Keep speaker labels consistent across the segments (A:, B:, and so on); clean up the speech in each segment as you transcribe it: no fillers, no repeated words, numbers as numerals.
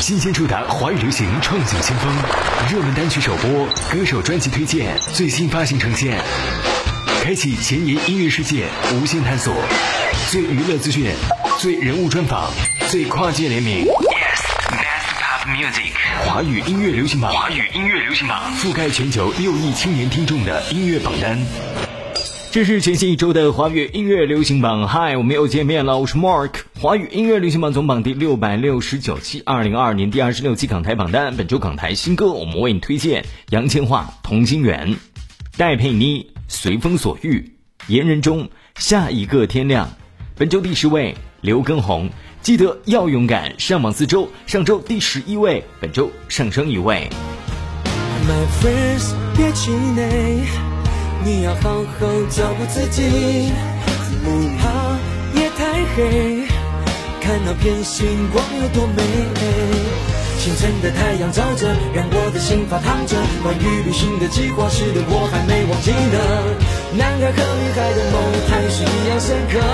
A: 新鲜触达华语流行创新先锋，热门单曲首播，歌手专辑推荐，最新发行呈现，开启前沿音乐世界无限探索，最娱乐资讯，最人物专访，最跨界联名。Yes，Best Pop Music， 华语音乐流行榜，覆盖全球6亿青年听众的音乐榜单。这是全新一周的华语音乐流行榜。嗨，我们又见面了，我是 Mark。华语音乐流行榜总榜第669期，2022年第26期港台榜单。本周港台新歌，我们为你推荐杨千嬅《同心圆》，戴佩妮《随风所欲》，言人中下一个天亮。本周第10位刘畊宏，记得要勇敢。上榜4周，上周第11位，本周上升1位。
B: My friends， 别气馁，你要好好照顾自己，不怕夜太黑，看那片星光有多美。清晨的太阳照着，让我的心发烫着。关于旅行的计划，是的我还没忘记呢。男孩和女孩的梦还是一样深刻。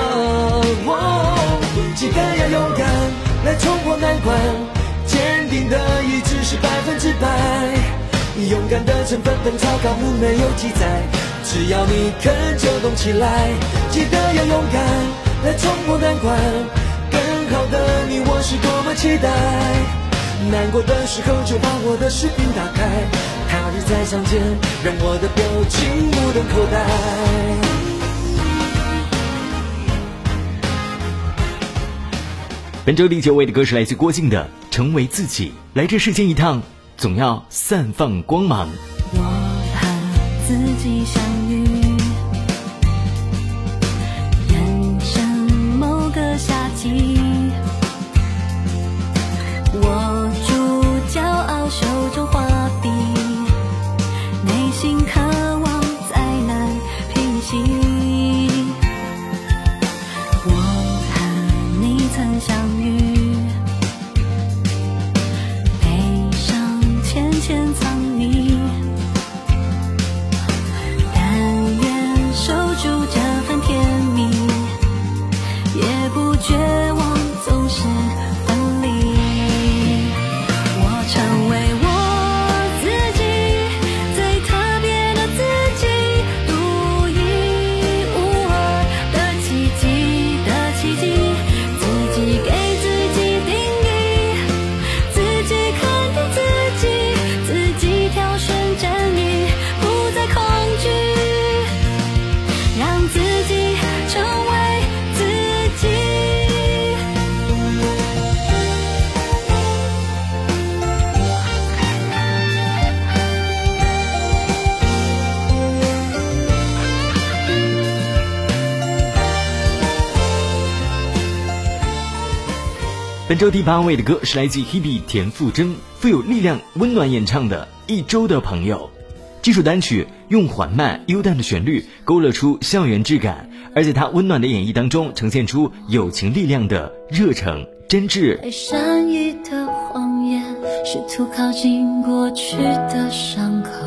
B: 记得要勇敢来冲破难关，坚定的意志是100%。勇敢的成分本草纲目没有记载，只要你肯就动起来。记得要勇敢来冲破难关，更好的你我是多么期待。难过的时候就把我的视频打开，他日再相见，让我的表情目瞪口呆。
A: 本周第9位的歌是来自郭靖的《成为自己》。来这世间一趟，总要散放光芒。
C: 我和自己相遇，人生某个夏季，握住骄傲手中画笔，内心渴望再难平息。我和你曾相遇，千藏匿，但愿守住这份甜蜜，也不绝望总是分离。我成为我自己，最特别的自己，独一无二的奇迹，自己给自己定义，自己肯定自己，挑选真理，不再恐惧，让自己成为自己。
A: 本周第8位的歌是来自 Hebe 田馥甄富有力量温暖演唱的《一周的朋友》。这首单曲用缓慢幽淡的旋律勾勒出校园质感，而在它温暖的演绎当中呈现出友情力量的热诚真挚。
C: 被善意的谎言试图靠近过去的伤口，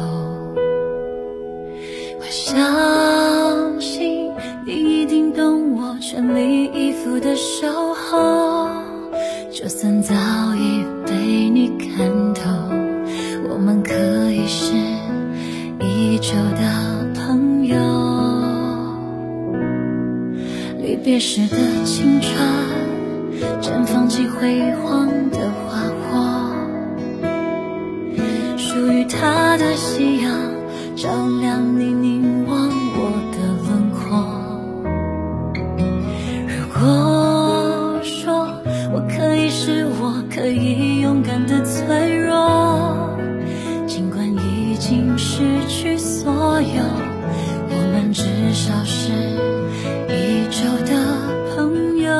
C: 我相信你一定懂我全力以赴的守候，就算早已被你看透，我们可以是一周的朋友。离别时的青春，绽放起辉煌的花火，属于他的夕阳，照亮你凝望我的轮廓。如果说我可以是我可以勇敢的脆弱，尽管已经失去所有，我们至少是一周的朋友。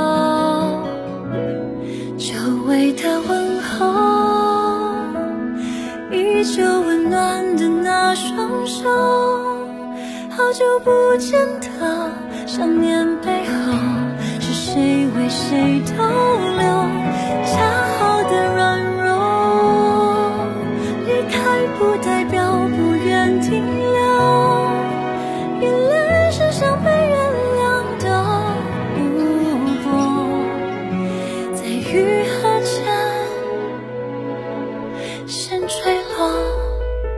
C: 久违的问候，依旧温暖的那双手，好久不见的想念背后，是谁为谁逗留？恰好的软弱，离开不代表不愿停留，眼泪是想被原谅的不过，在愈合前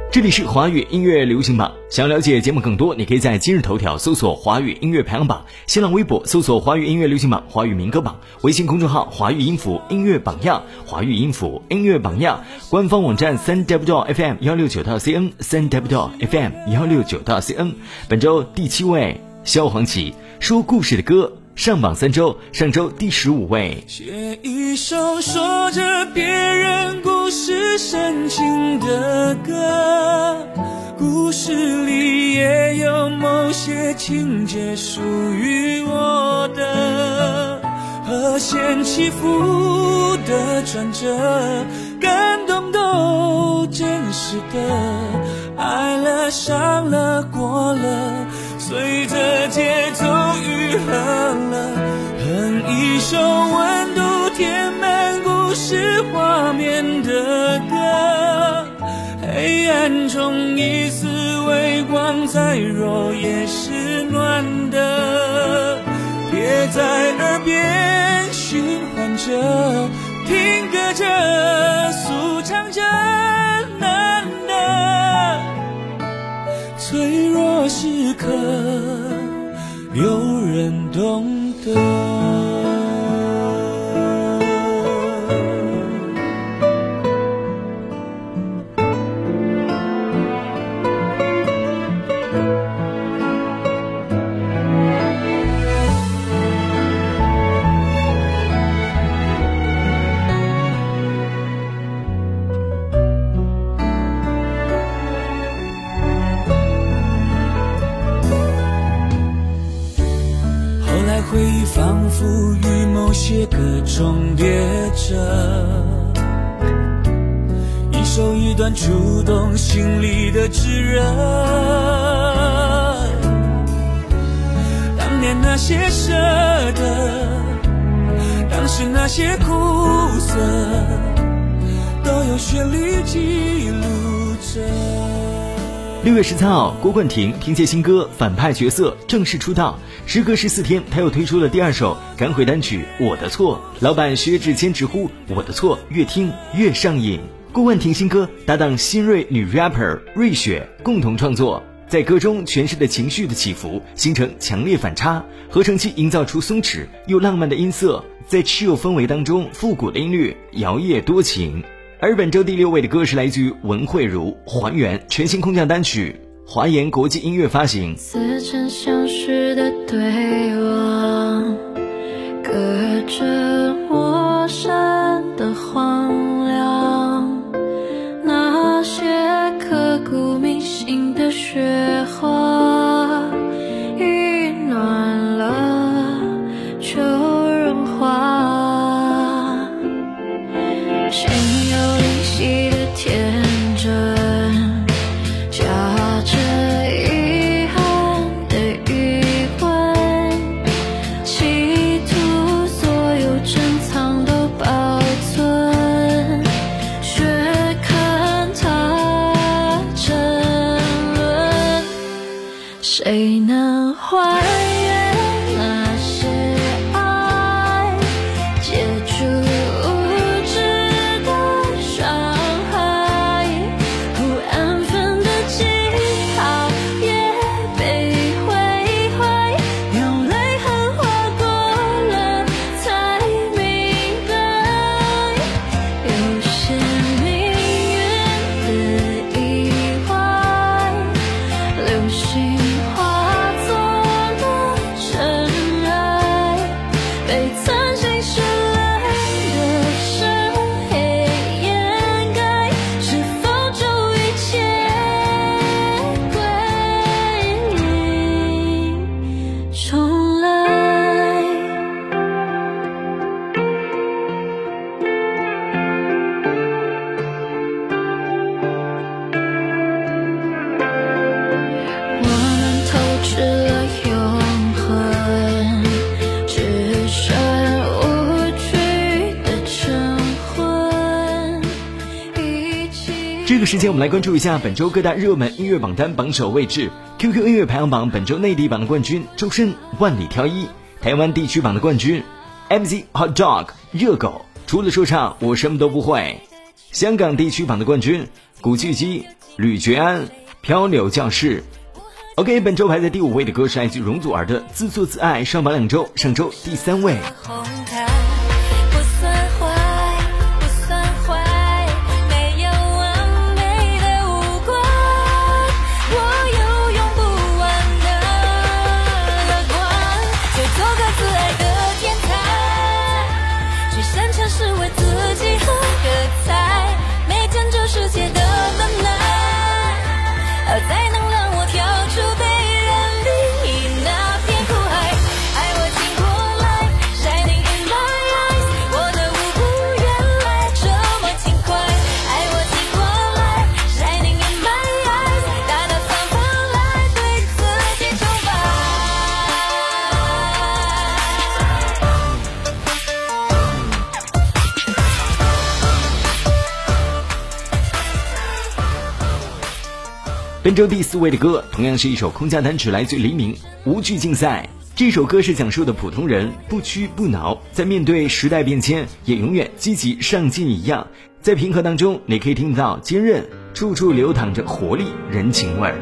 A: 这里是华语音乐流行榜，想要了解节目更多，你可以在今日头条搜索华语音乐排行榜，新浪微博搜索华语音乐流行榜、华语民歌榜，微信公众号华语音符音乐榜样、华语音符音乐榜样，官方网站 3w.fm169.cn 3w.fm169.cn。 本周第7位萧煌奇，说故事的歌上榜3周，上周第15位。
B: 写一首说着别人故事深情的歌，故事里也有某些情节属于我的，和弦起伏的转折，感动都真实的，爱了伤了过了，随着节奏愈合了，哼一首温度填满故事画面的歌，黑暗中一丝微光，再弱也是暖的，别在耳边循环着，听歌着，诉唱着，难得脆弱时刻有人懂得。回忆仿佛与某些歌重叠着，一首一段触动心里的炙热，当年那些舍得，当时那些苦涩，都有旋律记录着。
A: 6月13号，郭冠廷凭借新歌反派角色正式出道，时隔14天，他又推出了第2首赶回单曲《我的错》，老板薛之谦直呼我的错越听越上瘾。郭冠廷新歌搭档新锐女 rapper 瑞雪共同创作，在歌中诠释的情绪的起伏形成强烈反差，合成器营造出松弛又浪漫的音色，在 chill 氛围当中复古的音律摇曳多情。而本周第6位的歌是来自于文慧茹，还原全新空降单曲，华研国际音乐发行。
C: 似曾相识的对望，隔着陌生的荒凉，那些刻骨铭心的雪花，雨暖了就融化，心有灵犀的天真，夹着遗憾的余温，企图所有珍藏都保存，却看它沉沦。谁能还原那些爱，接住无知的伤害，不安分的记号也被毁坏，流泪狠划过了才明白，有些命运的意外，流星化作了尘埃，被曾经绚烂的深黑掩盖，是否就一切归零重来？我们透支了永恒，只剩无趣的晨昏，一起。
A: 这个时间我们来关注一下本周各大热门音乐榜单榜首位置。 QQ 音乐排行榜本周内地榜的冠军周深万里挑一，台湾地区榜的冠军 MC Hot Dog 热狗，除了说唱我什么都不会。香港地区榜的冠军古巨基吕觉安，漂流教室。OK， 本周排在第5位的歌是来自容祖儿的《自作自爱》，上榜2周，上周第3位。本周第4位的歌同样是一首空降单曲，来自黎明《无惧竞赛》。这首歌是讲述的普通人不屈不挠，在面对时代变迁也永远积极上进一样，在平和当中你可以听到坚韧，处处流淌着活力人情味儿。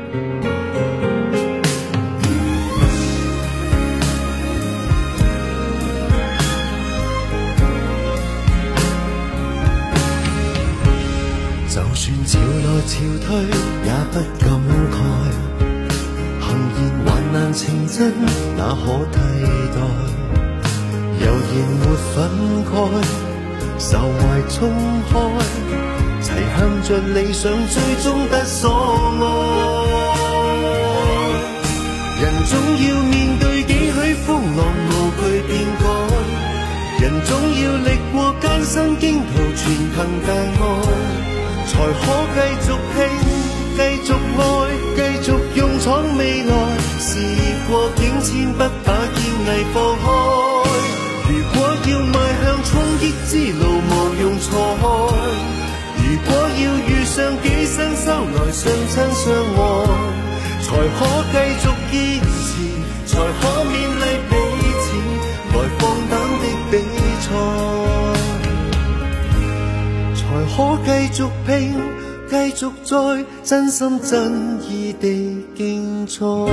B: 就算潮來潮退也不感慨，行言還難情真那可替代，悠然沒憤慨，愁懷衝開，齊向着理想最終得所愛。人總要面對幾許風浪，無懼變改，人總要歷過艱辛驚途，全憑大愛，才可繼續拼，繼續愛，繼續勇闖未來。事過境遷，不把堅毅放開。如果要邁向衝擊之路，無用錯開。如果要遇上幾生修來相親相愛，才可繼續堅持，才可勉勵彼此，來放膽的比賽。才可繼續拼，繼續在真心真意地競賽。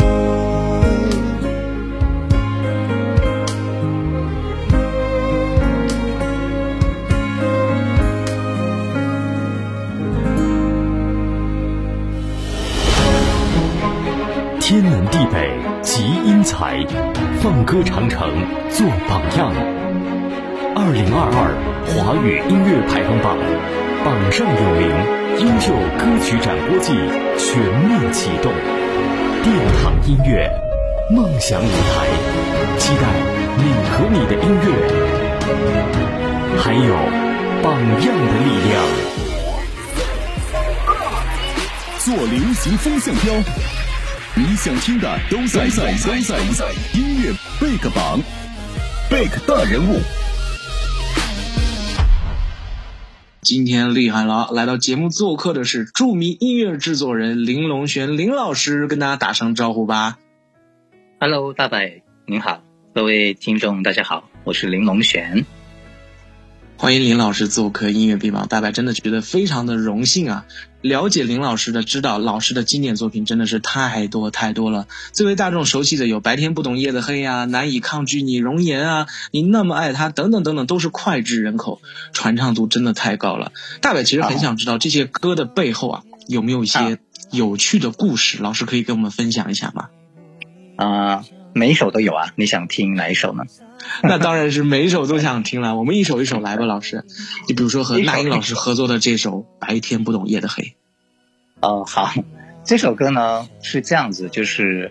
A: 天南地北集英才，放歌长城做榜样。2022华语音乐排行榜，榜上有名，优秀歌曲展播季全面启动。殿堂音乐，梦想舞台，期待你和你的音乐，还有榜样的力量。
D: 做流行风向标，你想听的都在音乐贝克榜，贝克大人物。
E: 今天厉害了，来到节目做客的是著名音乐制作人林龙璇林老师，跟大家打声招呼吧。
F: Hello， 大白您好，各位听众大家好，我是林龙璇。
E: 欢迎林老师做客音乐必榜，大白真的觉得非常的荣幸啊！了解林老师的，知道老师的经典作品真的是太多太多了。最为大众熟悉的有白天不懂夜的黑啊，难以抗拒你容颜啊，你那么爱他等等等等，都是脍炙人口，传唱度真的太高了。大白其实很想知道这些歌的背后啊，有没有一些有趣的故事，老师可以跟我们分享一下吗？
F: 每一首都有啊，你想听哪一首呢？
E: 那当然是每一首都想听了，我们一首一首来吧，老师。就比如说和那英老师合作的这首《白天不懂夜的黑》。
F: 好，这首歌呢是这样子，就是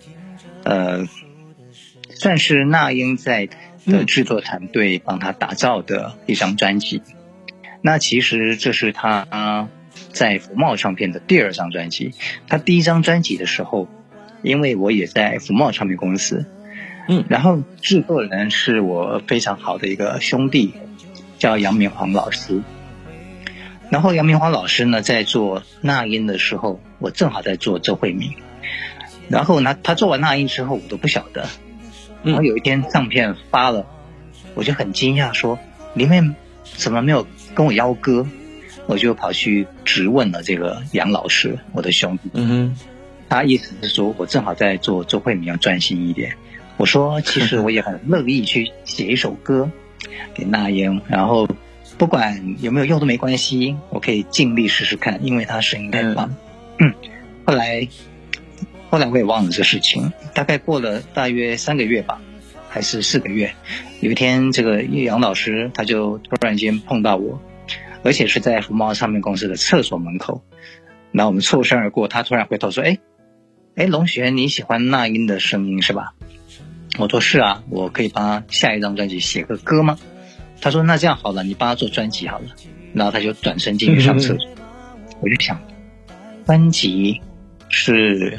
F: 算是那英在的制作团队帮他打造的一张专辑。那其实这是他在福茂唱片的第2张专辑。他第1张专辑的时候，因为我也在福茂唱片公司，然后制作人是我非常好的一个兄弟，叫杨明煌老师。然后杨明煌老师呢，在做那英的时候，我正好在做周慧敏。然后呢，他做完那英之后，我都不晓得。然后有一天唱片发了，我就很惊讶，说里面怎么没有跟我邀歌？ 我就跑去质问了这个杨老师，我的兄弟。他意思是说我正好在做周慧敏，要专心一点。我说其实我也很乐意去写一首歌给那英，然后不管有没有用都没关系，我可以尽力试试看，因为他声音太棒。后来我也忘了这事情，大概过了大约3个月吧，还是4个月。有一天，这个杨老师他就突然间碰到我，而且是在福茂唱片公司的厕所门口。然后我们错身而过，他突然回头说：“哎，龙璇，你喜欢那英的声音是吧？”我说：“是啊，我可以帮他下一张专辑写个歌吗？”他说：“那这样好了，你帮他做专辑好了。”然后他就转身进去上厕所。我就想，专辑是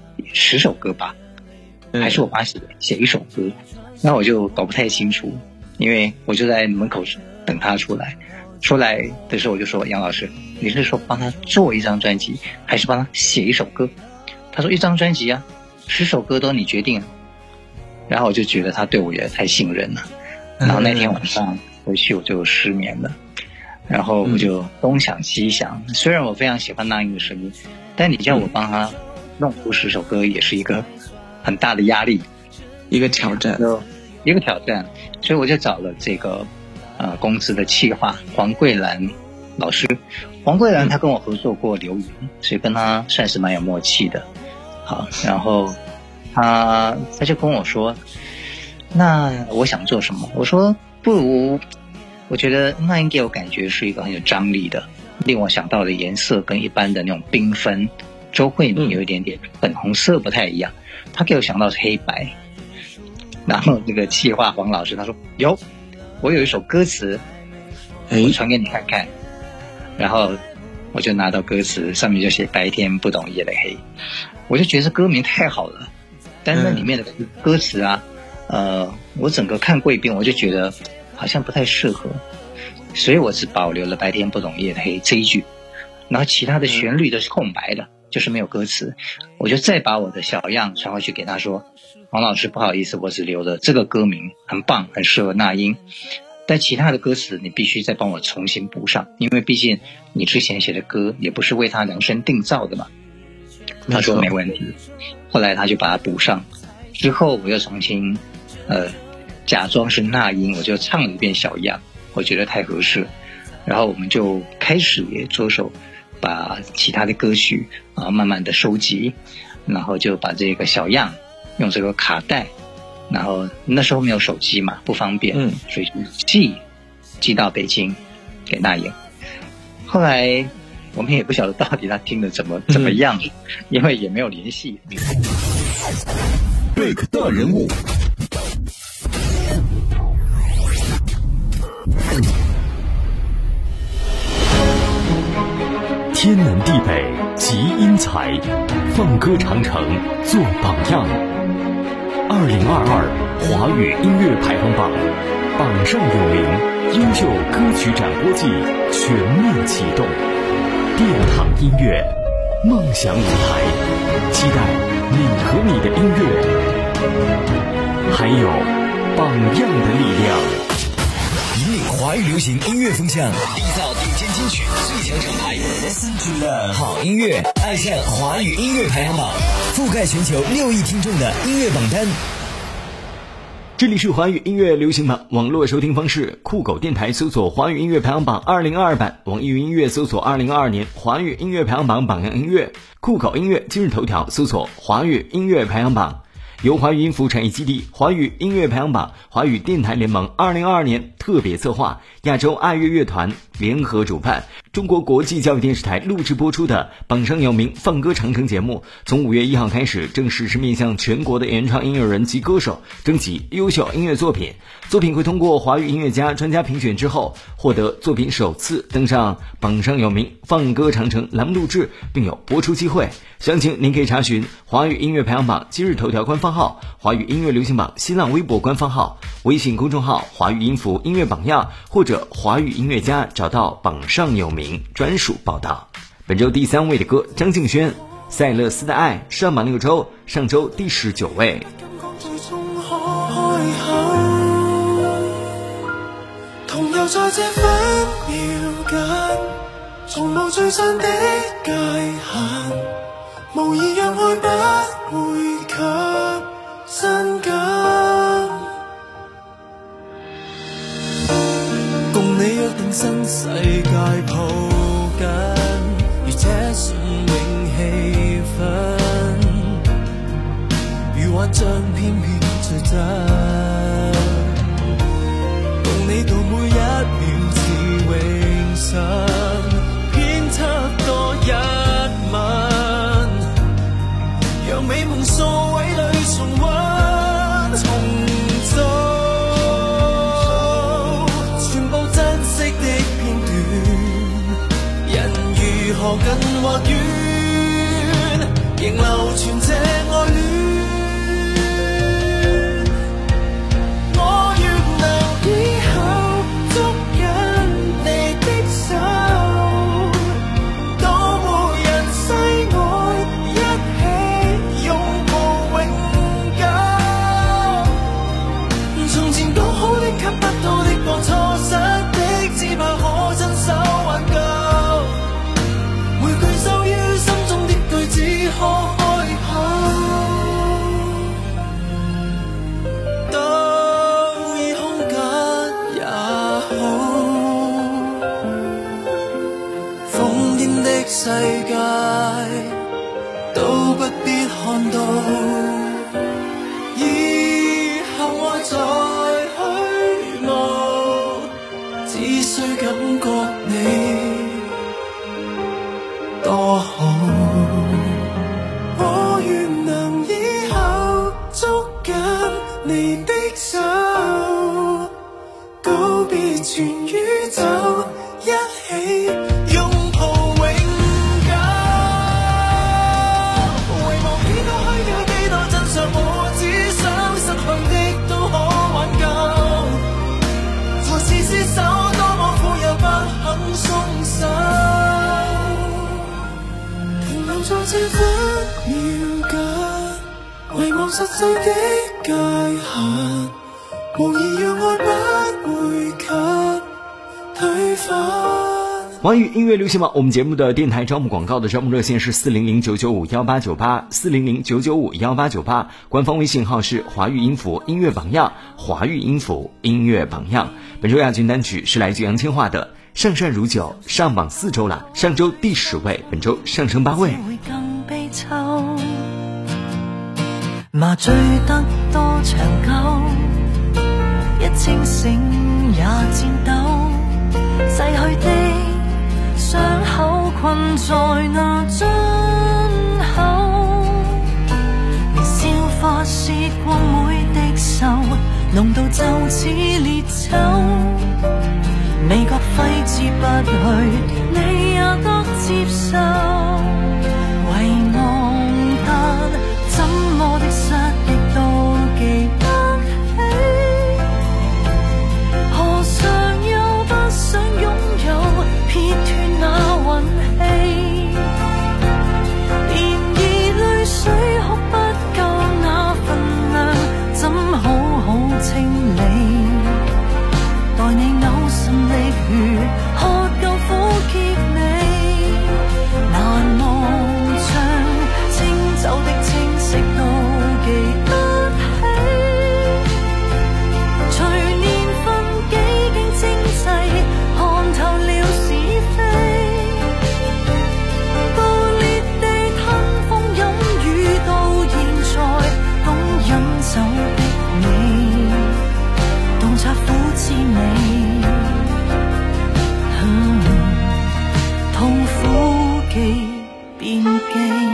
F: 10首歌吧，还是我帮他写1首歌？那我就搞不太清楚，因为我就在门口等他出来。出来的时候我就说：“杨老师，你是说帮他做一张专辑，还是帮他写1首歌？”他说：“1张专辑啊，10首歌都你决定。”然后我就觉得他对我也太信任了。然后那天晚上回去我就失眠了，然后我就东想西想。虽然我非常喜欢那英的声音，但你叫我帮他弄出10首歌，也是一个很大的压力，
E: 一个挑战。
F: 所以我就找了这个公司的企划黄桂兰老师。黄桂兰她跟我合作过《流云》，所以跟她算是蛮有默契的。好，然后她就跟我说：“那我想做什么？”我说：“不如，我觉得那英给我感觉是一个很有张力的，令我想到的颜色跟一般的那种缤纷，周慧敏有一点点粉红色不太一样，她给我想到是黑白。”然后那个企划黄老师他说：“我有一首歌词，我传给你看看。”然后我就拿到歌词，上面就写白天不懂夜的黑。我就觉得这歌名太好了，但是那里面的歌词啊，我整个看过一遍，我就觉得好像不太适合，所以我只保留了白天不懂夜的黑这一句，然后其他的旋律都是空白的，就是没有歌词。我就再把我的小样传回去给他说：“黄老师，不好意思，我只留了这个歌名，很棒，很适合那英，但其他的歌词你必须再帮我重新补上，因为毕竟你之前写的歌也不是为他量身定造的嘛。”他说没问题。后来他就把它补上，之后我又重新假装是那英，我就唱了一遍小样，我觉得太合适。然后我们就开始也着手把其他的歌曲慢慢的收集，然后就把这个小样用这个卡带，然后那时候没有手机嘛，不方便，所以寄到北京给那英。后来我们也不晓得到底他听的怎么样，因为也没有联系。
D: 贝克大人物，
A: 天南地北集英才，放歌长城做榜样。2022华语音乐排行榜榜上有名，优秀歌曲展播季全面启动，殿堂音乐梦想舞台，期待你和你的音乐，还有榜样的力量。引领华语流行音乐风向，缔造顶尖金曲最强厂牌，Listen to Love，好音乐爱上华语音乐排行榜，覆盖全球6亿听众的音乐榜单。这里是华语音乐流行榜，网络收听方式：酷狗电台搜索华语音乐排行榜2022版，网易云音乐搜索2022年华语音乐排行榜榜样音乐，酷狗音乐今日头条搜索华语音乐排行榜。由华语音符产业基地、华语音乐排行榜、华语电台联盟2022年特别策划，亚洲爱乐乐团联合主办，中国国际教育电视台录制播出的榜上有名放歌长城节目，从5月1号开始正式是面向全国的原创音乐人及歌手征集优秀音乐作品，作品会通过华语音乐家专家评选之后，获得作品首次登上榜上有名放歌长城栏目录制，并有播出机会。详情您可以查询华语音乐排行榜今日头条官方号、华语音乐流行榜新浪微博官方号、微信公众号华语音符音乐榜样，或者华语音乐家找到榜上有名专属报道。本周第3位的歌，张敬轩《塞勒斯的爱》上榜6周，上周第19位。
B: 同遊在這分秒間， 從無聚散的界限，無意讓愛不會給刪減。共你約定新世界抱緊，如這順永氣氛，如幻象片片聚集，共你度每一秒似永生，偏差多一吻，讓美夢數位裏重溫重做，全部珍惜的片段，人如何近或遠，仍流傳這愛戀。世界都不必看到，以後愛在虛無，只需感覺你多好。我願能以後捉緊你的手，告別全宇宙，一起在這分秒間，遺忘實際的界限，無意讓愛不會給推翻。
A: 華語音樂流行榜，我們節目的電台招募廣告的招募熱線是400-995-1898，400-995-1898，官方微信號是華語音符音樂榜樣，華語音符音樂榜樣。本周亞軍單曲是來自楊千嬅的上善如酒，上榜4周了，上周第10位，本周上升8位。
C: 會更悲秋，麻醉得多長久，一清醒也顫抖，逝去的傷口困在那樽口，年少發洩過每滴愁，濃度就似烈酒，味覺揮之不去，你也得接受。遺忘，但怎麼的失憶都記得起，何嘗又不想擁有撇斷那運氣？然而淚水哭不夠那份量，怎好好清理？待你嘔心瀝血，喝夠苦澀味，難忘像清酒的清晰都記得起。隨年份幾經精細，看透了是非，暴烈地吞風飲雨，到現在懂飲酒的你，洞察苦滋味。痛苦記變記。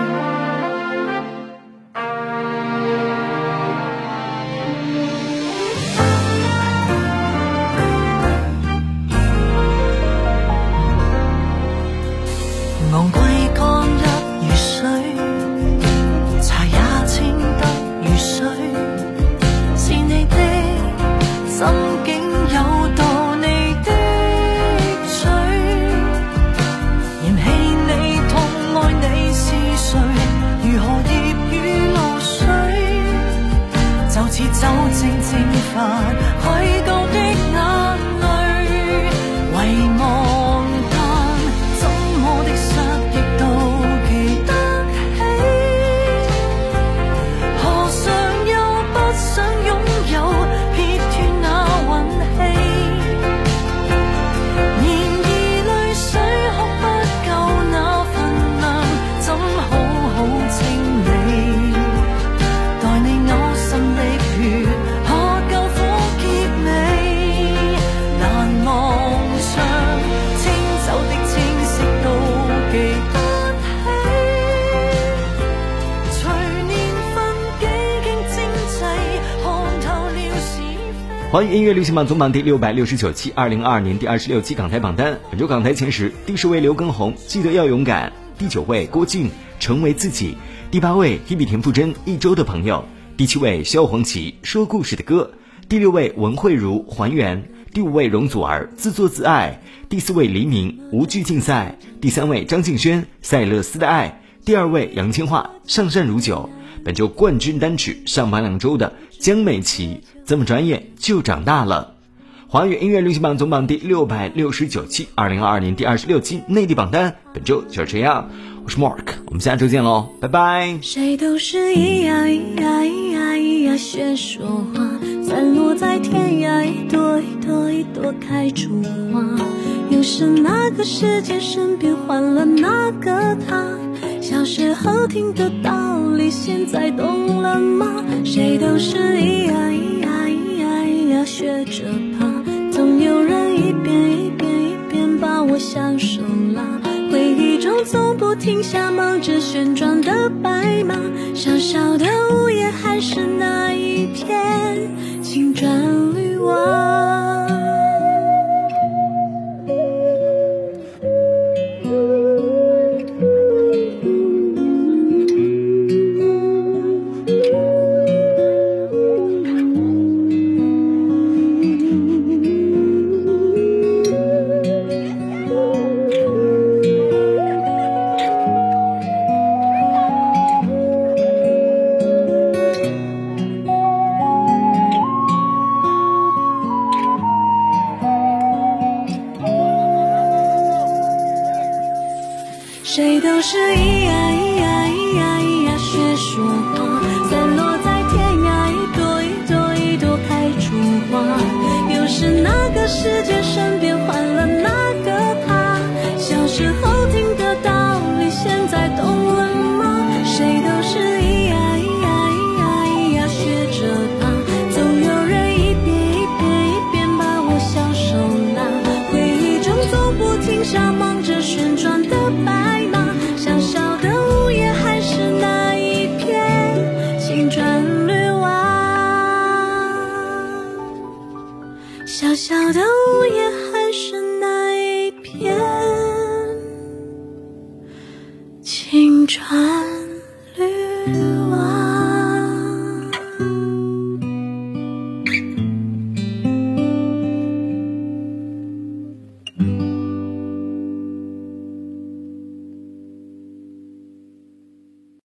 C: 昂貴乾得如水，茶也清得如水，是你的心境有道你的嘴，嫌棄你痛愛你是誰，如何業與露水，就似酒精蒸發愧疚的眼淚，遺忘但
A: 华语音乐流行榜总榜第669期，2022年第26期港台榜单。本周港台前10，第10位刘畊宏，记得要勇敢；第9位郭靖，成为自己；第8位 Hebe 田馥甄，一周的朋友；第7位萧煌奇，说故事的歌；第6位文慧茹，还原；第5位容祖儿，自作自爱；第4位黎明，无惧竞赛；第3位张敬轩，塞勒斯的爱；第2位杨千嬅，上善如酒。本周冠军单曲上榜2周的江美琪，这么转眼就长大了。华语音乐流行榜总榜第669期，2022年第26期内地榜单，本周就是这样。我是 Mark， 我们下周见喽，拜拜。
C: 谁都是咿呀咿呀咿呀咿呀学说话，散落在天涯，一朵一朵一朵开出花。又是那个时间身边换了那个他，小时候听的道理现在懂了吗？谁都是咿呀咿呀咿呀咿呀学着爬，总有人一遍一遍一遍把我享受啦。回忆中从不停下忙着旋转的白马，小小的屋檐还是那一片青砖绿瓦。谁都是咿呀咿呀咿呀咿呀学说话，散落在天涯，一朵一朵一朵开出花。又是那个时间身边换了那个他，小时候听的道理现在懂了吗？谁都是咿呀咿呀咿呀咿呀学着他，总有人一遍一遍一遍把我享受啦。回忆中从不停下忙着旋转的白马，小小的屋檐还是那一片青砖绿瓦，小小的屋檐还是那一片青砖